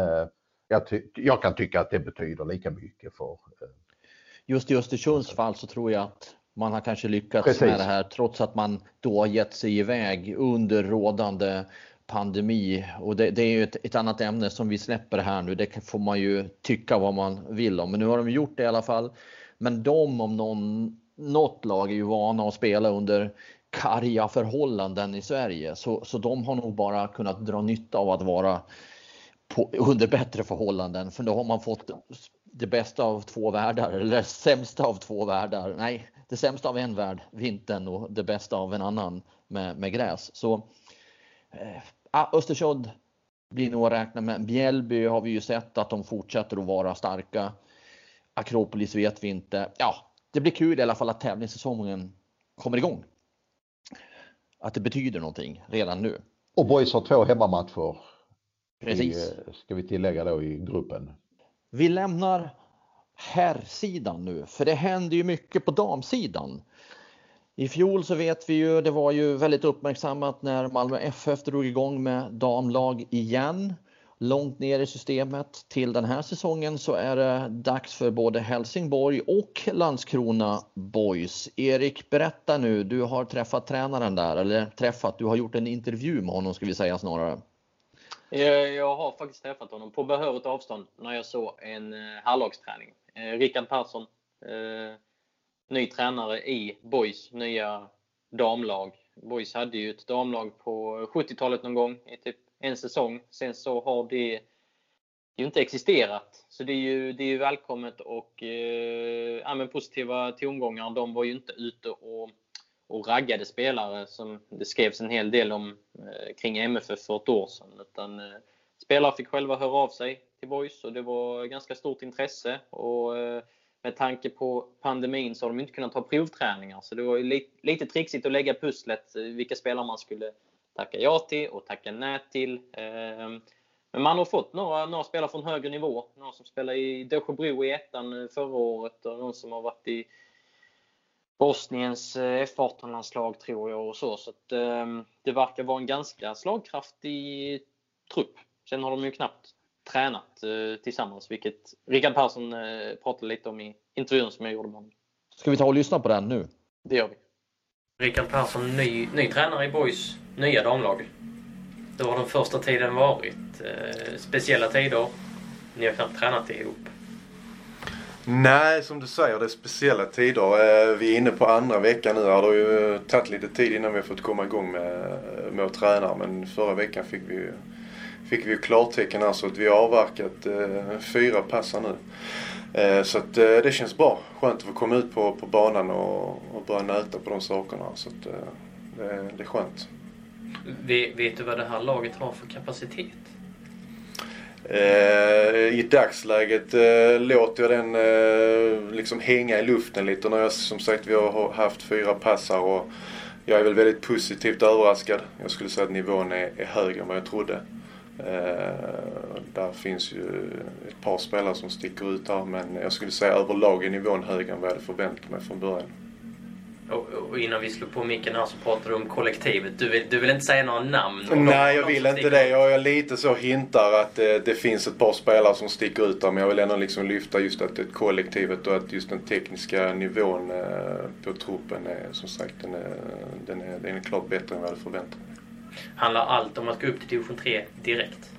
Jag kan tycka att det betyder lika mycket för... Just i Östersunds fall så tror jag att man har kanske lyckats med det här, trots att man då har gett sig iväg under rådande pandemi. Och det är ju ett annat ämne som vi släpper här nu. Det får man ju tycka vad man vill om. Men nu har de gjort det i alla fall. Men de, om något lag, är ju vana att spela under karga förhållanden i Sverige. Så de har nog bara kunnat dra nytta av att vara under bättre förhållanden. För då har man fått det bästa av 2 världar. Eller det sämsta av 2 världar. Nej, det sämsta av en värld, vintern, och det bästa av en annan med gräs. Så Östersund blir nog att räkna med. Mjällby har vi ju sett att de fortsätter att vara starka. Akropolis vet vi inte. Ja, det blir kul i alla fall att tävlingssäsongen kommer igång. Att det betyder någonting redan nu. Och Boys har 2 hemmamatcher. Precis. Ska vi tillägga då i gruppen. Vi lämnar herrsidan nu, för det händer ju mycket på damsidan. I fjol så vet vi ju, det var ju väldigt uppmärksammat när Malmö FF drog igång med damlag igen. Långt ner i systemet. Till den här säsongen så är det dags för både Helsingborg och Landskrona Boys. Erik, berätta nu, du har träffat tränaren där, eller du har gjort en intervju med honom, ska vi säga snarare. Jag har faktiskt träffat honom på behörigt avstånd när jag såg en herrlagsträning. Rickard Persson, ny tränare i Boys nya damlag. Boys hade ju ett damlag på 70-talet någon gång i typ en säsong. Sen så har det ju inte existerat. Så det är ju välkommet och positiva tongångar. De var ju inte ute och raggade spelare som det skrevs en hel del om kring MFF för ett år sedan. Utan spelare fick själva höra av sig till Boys och det var ganska stort intresse. Och med tanke på pandemin så har de inte kunnat ha provträningar. Så det var ju lite trixigt att lägga pusslet vilka spelare man skulle tacka ja till och tacka nej till. Men man har fått några spelare från högre nivå. Några som spelar i Dösjebro i ettan förra året och någon som har varit Bosniens F18-landslag tror jag och så att det verkar vara en ganska slagkraftig trupp. Sen har de ju knappt tränat tillsammans, vilket Rickard Persson pratade lite om i intervjun som jag gjorde med honom. Ska vi ta och lyssna på den nu? Det gör vi. Rickard Persson, ny tränare i Boys nya damlag. Då har den första tiden varit speciella tider. Ni har knappt tränat ihop. Nej, som du säger, det är speciella tider. Vi är inne på andra veckan nu. Det har ju tagit lite tid innan vi har fått komma igång med att träna. Men förra veckan fick vi klartecken här så att vi har avverkat 4 passar nu. Så att det känns bra. Skönt att få komma ut på banan och börja nöta på de sakerna. Så att det är skönt. Vet du vad det här laget har för kapacitet? I dagsläget låter jag den liksom hänga i luften lite. När jag, som sagt, vi har haft 4 passar och jag är väl väldigt positivt överraskad. Jag skulle säga att nivån är högre än vad jag trodde. Där finns ju ett par spelare som sticker ut här, men jag skulle säga överlag är nivån högre än vad jag hade förväntat mig från början. Och innan vi slog på micken här så pratade du om kollektivet. Du vill inte säga några namn? Nej, jag vill inte det. Jag är lite så hintar att det finns ett par spelare som sticker ut där, men jag vill ändå liksom lyfta just att det kollektivet och att just den tekniska nivån på truppen är, som sagt, den är klart bättre än vad jag hade förväntat mig. Handlar allt om att gå upp till division 3 direkt?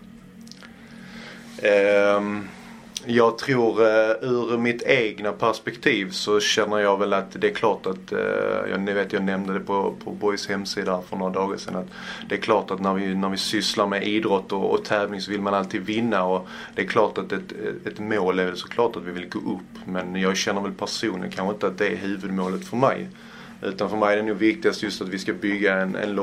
Jag tror ur mitt egna perspektiv så känner jag väl att det är klart att jag nämnde det på Boys hemsida för några dagar sedan, att det är klart att när vi sysslar med idrott och tävling så vill man alltid vinna, och det är klart att ett mål är så klart att vi vill gå upp, men jag känner väl personligen kanske inte att det är huvudmålet för mig, utan för mig är det nog viktigast just att vi ska bygga en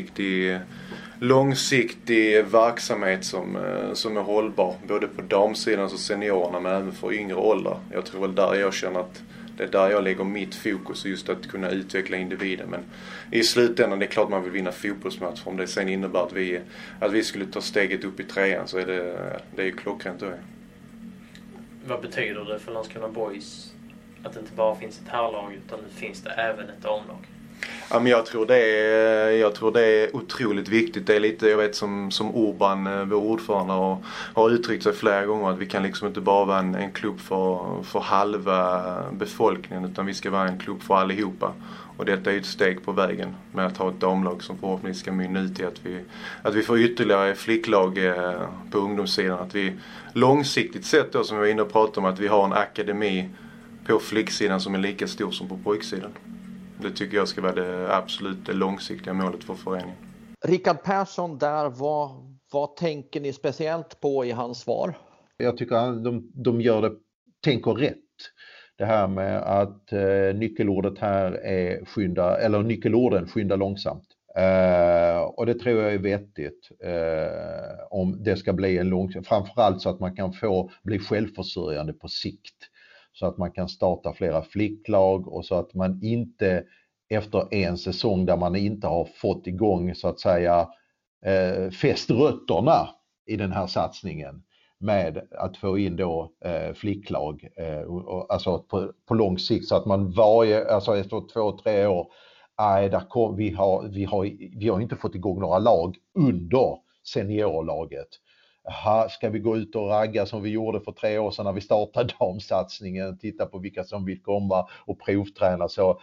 långsiktig verksamhet som är hållbar både på damsidan och seniorerna, men även för yngre åldrar. Jag tror väl där jag känner att det är där jag lägger mitt fokus, just att kunna utveckla individen. Men i slutändan, det är klart man vill vinna fotbollsmatch. Om det sen innebär att vi skulle ta steget upp i 3:an, så är det är ju klockrent då. Vad betyder det för Landskrona Boys att det inte bara finns ett herrlag utan nu finns det även ett damlag? Ja, men jag tror det är otroligt viktigt. Det är lite, jag vet som Urban, vår ordförande, har uttryckt sig flera gånger, att vi kan liksom inte bara vara en klubb för halva befolkningen, utan vi ska vara en klubb för allihopa. Och detta är ett steg på vägen med att ha ett damlag som förhoppningsvis ska mynna ut i att vi får ytterligare flicklag på ungdomssidan. Att vi långsiktigt sett då, som vi var inne och pratade om, att vi har en akademi på flicksidan som är lika stor som på pojksidan. Det tycker jag ska vara det absolut långsiktiga målet för föreningen. Rickard Persson där, vad tänker ni speciellt på i hans svar? Jag tycker att de tänker rätt. Det här med att nyckelordet här är nyckelorden skynda långsamt. Och det tror jag är vettigt om det ska bli en långsam, framförallt så att man kan bli självförsörjande på sikt. Så att man kan starta flera flicklag och så att man inte efter en säsong där man inte har fått igång så att säga fäst rötterna i den här satsningen med att få in då flicklag, alltså på lång sikt, så att man alltså efter 2-3 år, vi har inte fått igång några lag under seniorlaget. Ska vi gå ut och ragga som vi gjorde för 3 år sedan när vi startade damsatsningen, titta på vilka som vill komma och provträna, så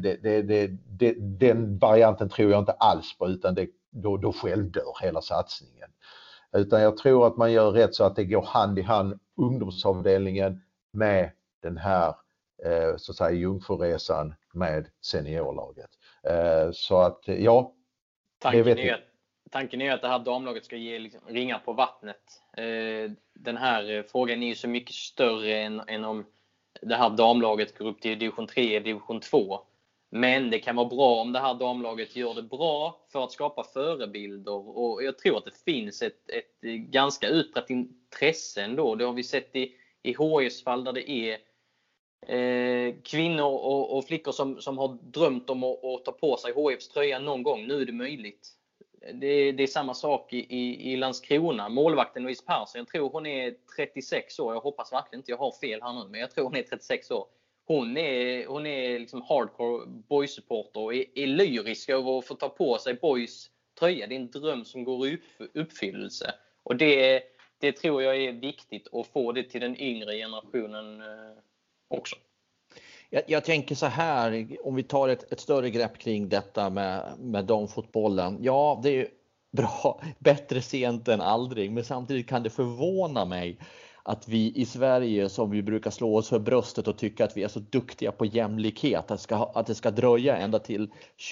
den varianten tror jag inte alls på, utan då självdör hela satsningen. Utan jag tror att man gör rätt så att det går hand i hand, ungdomsavdelningen med den här så att säga jungfruresan med seniorlaget. Så att ja, Tanken är att det här damlaget ska ge liksom ringar på vattnet. Den här frågan är ju så mycket större än om det här damlaget går upp till division 3, division 2. Men det kan vara bra om det här damlaget gör det bra för att skapa förebilder. Och jag tror att det finns ett ganska utbrett intresse ändå. Det har vi sett i HIFs fall, där det är kvinnor och flickor som har drömt om att ta på sig HIFs tröja någon gång. Nu är det möjligt. Det är samma sak i Landskrona. Målvakten Louise Persson, jag tror hon är 36 år. Jag hoppas verkligen inte jag har fel här nu, men jag tror hon är 36 år. hon är liksom hardcore Boys-supporter och är lyrisk över att få ta på sig Boys tröja. Det är en dröm som går i uppfyllelse. Och det tror jag är viktigt att få det till den yngre generationen också. Jag tänker så här, om vi tar ett större grepp kring detta med damfotbollen. Ja, det är ju bra, bättre sent än aldrig, men samtidigt kan det förvåna mig att vi i Sverige, som vi brukar slå oss för bröstet och tycka att vi är så duktiga på jämlikhet, att det ska dröja ända till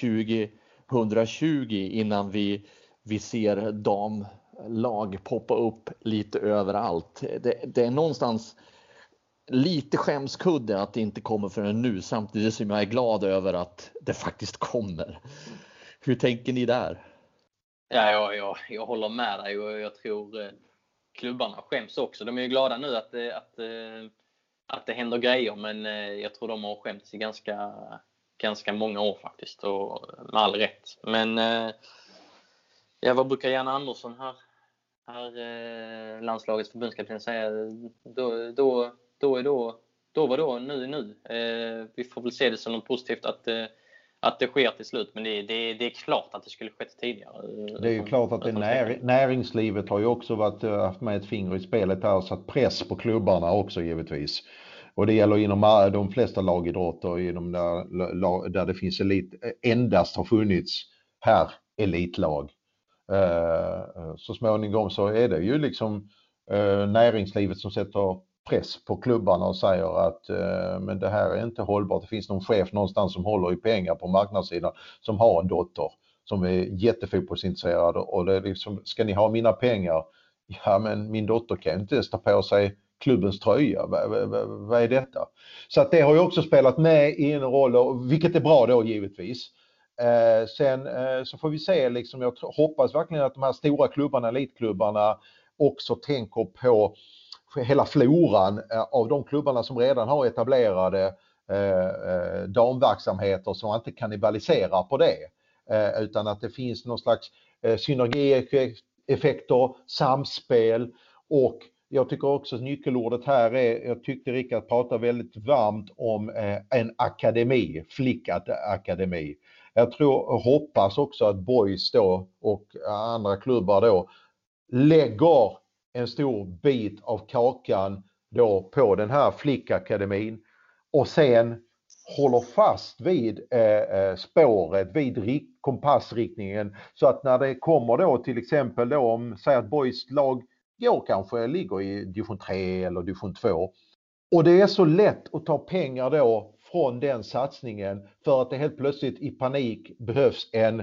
2020 innan vi ser damlag poppa upp lite överallt. Det är någonstans lite skämskudde att det inte kommer förrän nu, samtidigt som jag är glad över att det faktiskt kommer. Hur tänker ni där? Ja, jag håller med dig och jag tror klubbarna skäms också. De är ju glada nu att det händer grejer, men jag tror de har skämts i ganska många år faktiskt, och med all rätt. Men vad brukar Janne Andersson här landslagets förbundskapten säga? Då, nu. Vi får väl se det som något positivt att det sker till slut, men det är klart att det skulle skett tidigare. Det är ju klart att näringslivet har ju också haft med ett finger i spelet här och satt press på klubbarna också givetvis. Och det gäller inom de flesta lagidrotter, inom där det finns endast har funnits här elitlag. Så småningom så är det ju liksom näringslivet som sätter press på klubbarna och säger att men det här är inte hållbart. Det finns någon chef någonstans som håller i pengar på marknadssidan som har en dotter som är jättefotbollsintresserad, och det är liksom, ska ni ha mina pengar? Ja, men min dotter kan inte ta på sig klubbens tröja. Vad är detta? Så att det har ju också spelat med i en roll, vilket är bra då givetvis. Sen så får vi se liksom, jag hoppas verkligen att de här stora klubbarna, elitklubbarna, också tänker på hela floran av de klubbarna som redan har etablerade damverksamheter, som inte kannibaliserar på det, utan att det finns någon slags synergieffekter, samspel. Och jag tycker också att nyckelordet här är, jag tyckte Rickard pratade väldigt varmt om en akademi, flickakademi. Jag tror och hoppas också att Boys då och andra klubbar då lägger en stor bit av kakan då på den här flickakademin och sen håller fast vid spåret, vid kompassriktningen, så att när det kommer då till exempel då, om säg att Boys lag kanske ligger i division 3 eller division 2, och det är så lätt att ta pengar då från den satsningen för att det helt plötsligt i panik behövs en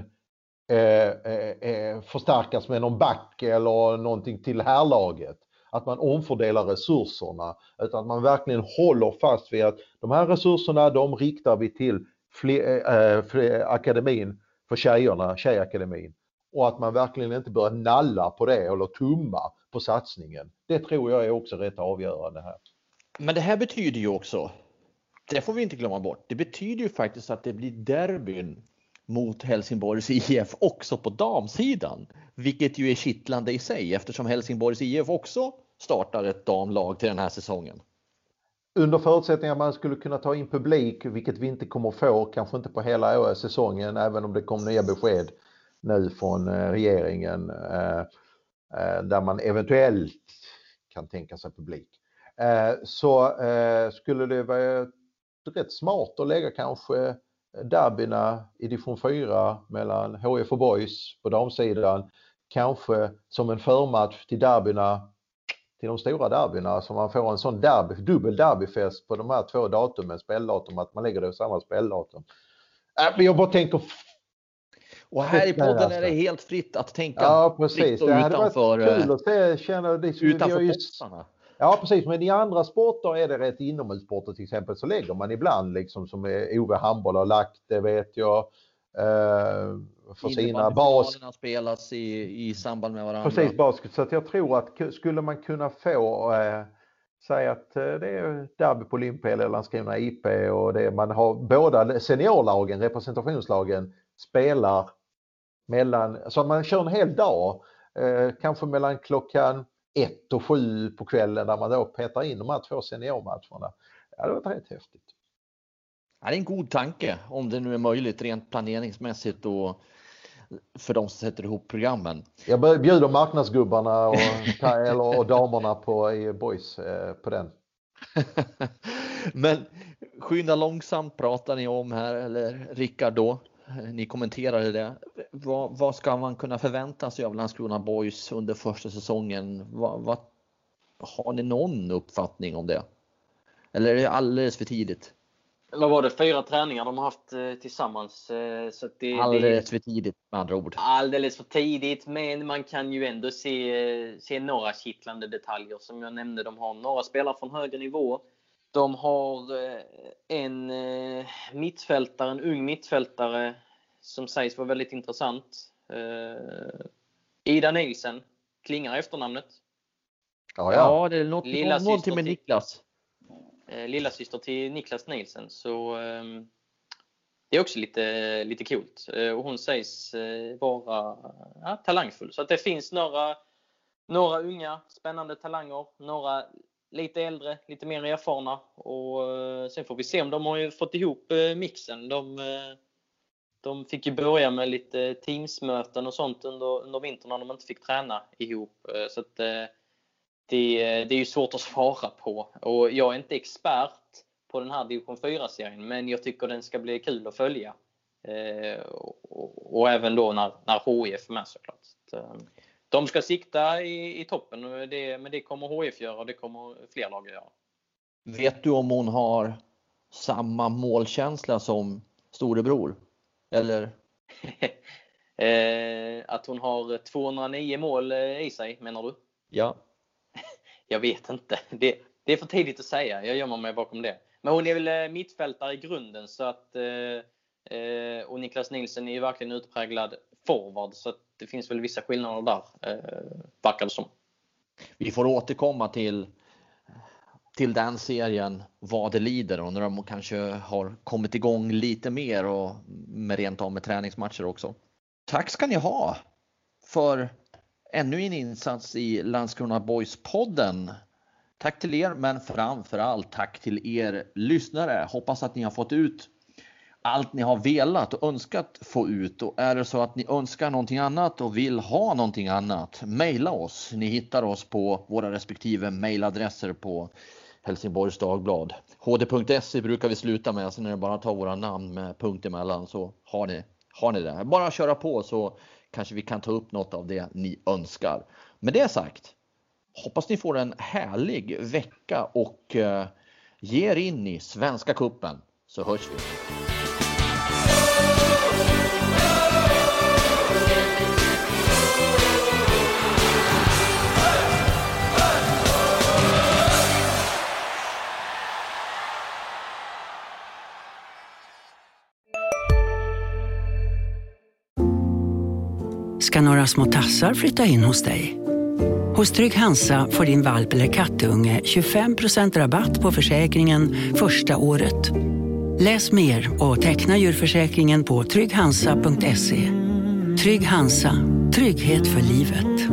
förstärkas med någon back eller någonting till härlaget. Att man omfördelar resurserna, utan att man verkligen håller fast vid att de här resurserna, de riktar vi till akademin för tjejerna, tjejakademin. Och att man verkligen inte börjar nalla på det eller tumma på satsningen. Det tror jag är också rätt avgörande här. Men det här betyder ju också, det får vi inte glömma bort, det betyder ju faktiskt att det blir derbyn mot Helsingborgs IF också på damsidan, vilket ju är kittlande i sig, eftersom Helsingborgs IF också startar ett damlag till den här säsongen. Under förutsättning att man skulle kunna ta in publik, vilket vi inte kommer få, kanske inte på hela säsongen, även om det kom nya besked nu från regeringen där man eventuellt kan tänka sig publik, så skulle det vara rätt smart att lägga kanske derbyna i division 4 mellan HIF och Boys på damsidan, kanske som en förmatch till derbyna, till de stora derbyna, så man får en sån dubbel derbyfest på de här två datumen, speldatum, att man lägger det i samma speldatum. Jag bara tänker. Och här i podden är det helt fritt att tänka. Ja, precis. Fritt och det utanför, hade varit kul att se, känna det utanför boxarna. Ja, precis. Men i andra sporter är det rätt, inomhussporter till exempel, så lägger man ibland liksom, som Ove Handboll har lagt, det vet jag, för sina basket spelas i samband med varandra. Precis, basket. Så att jag tror att skulle man kunna få säga att det är derby på Olympia eller Landskrona IP, och det man har båda seniorlagen, representationslagen spelar mellan, så att man kör en hel dag, kanske mellan klockan 1 och 7 på kvällen, där man då petar in de här 2 seniormatcherna. Ja, det var rätt häftigt. Det är en god tanke om det nu är möjligt rent planeringsmässigt och för de som sätter ihop programmen. Jag bjuder marknadsgubbarna och damerna på Boys på den. Men skynda långsamt pratar ni om här, eller Rickard då. Ni kommenterade det. Vad ska man kunna förvänta sig av Landskrona Boys under första säsongen? Har ni någon uppfattning om det? Eller är det alldeles för tidigt? Vad var det? 4 träningar de har haft tillsammans. Så att alldeles för tidigt med andra ord. Alldeles för tidigt, men man kan ju ändå se några kittlande detaljer. Som jag nämnde, de har några spelare från högre nivå. De har en ung mittfältare som sägs vara väldigt intressant. Ida Nielsen, klingar efternamnet. Ja, det är någonting med Niklas. Lilla syster till Niklas Nielsen, så det är också lite coolt. Och hon sägs vara talangfull. Så att det finns några unga spännande talanger, några lite äldre, lite mer erfarna, och sen får vi se om de har ju fått ihop mixen. De fick ju börja med lite teamsmöten och sånt under vintern när de inte fick träna ihop, så att det är ju svårt att svara på. Och jag är inte expert på den här division 4-serien, men jag tycker den ska bli kul att följa. Och även då när HIF är med, såklart. De ska sikta i toppen, men det kommer HIF göra och det kommer fler lag att göra. Vet du om hon har samma målkänsla som storebror? Eller? Att hon har 209 mål i sig, menar du? Ja. Jag vet inte. Det är för tidigt att säga. Jag gömmer mig bakom det. Men hon är väl mittfältare i grunden, så att och Niklas Nielsen är ju verkligen utpräglad forward, så att det finns väl vissa skillnader där, verkar det som. Vi får återkomma till den serien vad det lider, och när de kanske har kommit igång lite mer och rent av med träningsmatcher också. Tack ska ni ha för ännu en insats i Landskrona Boys-podden. Tack till er, men framförallt tack till er lyssnare. Hoppas att ni har fått ut allt ni har velat och önskat få ut. Och är det så att ni önskar någonting annat och vill ha någonting annat, mejla oss. Ni hittar oss på våra respektive mejladresser på Helsingborgs Dagblad. hd.se brukar vi sluta med, så när det bara tar våra namn med punkt emellan, så har ni det. Bara köra på, så kanske vi kan ta upp något av det ni önskar. Med det sagt, hoppas ni får en härlig vecka och ge er in i Svenska Cupen, så hörs vi. Ska några små tassar flytta in hos dig? Hos Trygg Hansa får din valp eller kattunge 25% rabatt på försäkringen första året. Läs mer och teckna djurförsäkringen på trygghansa.se. Trygg Hansa, trygghet för livet.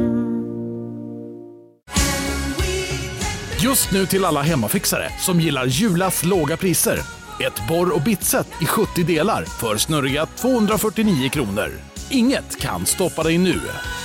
Just nu till alla hemmafixare som gillar Julas låga priser. Ett borr- och bitset i 70 delar för snurriga 249 kronor. Inget kan stoppa dig nu.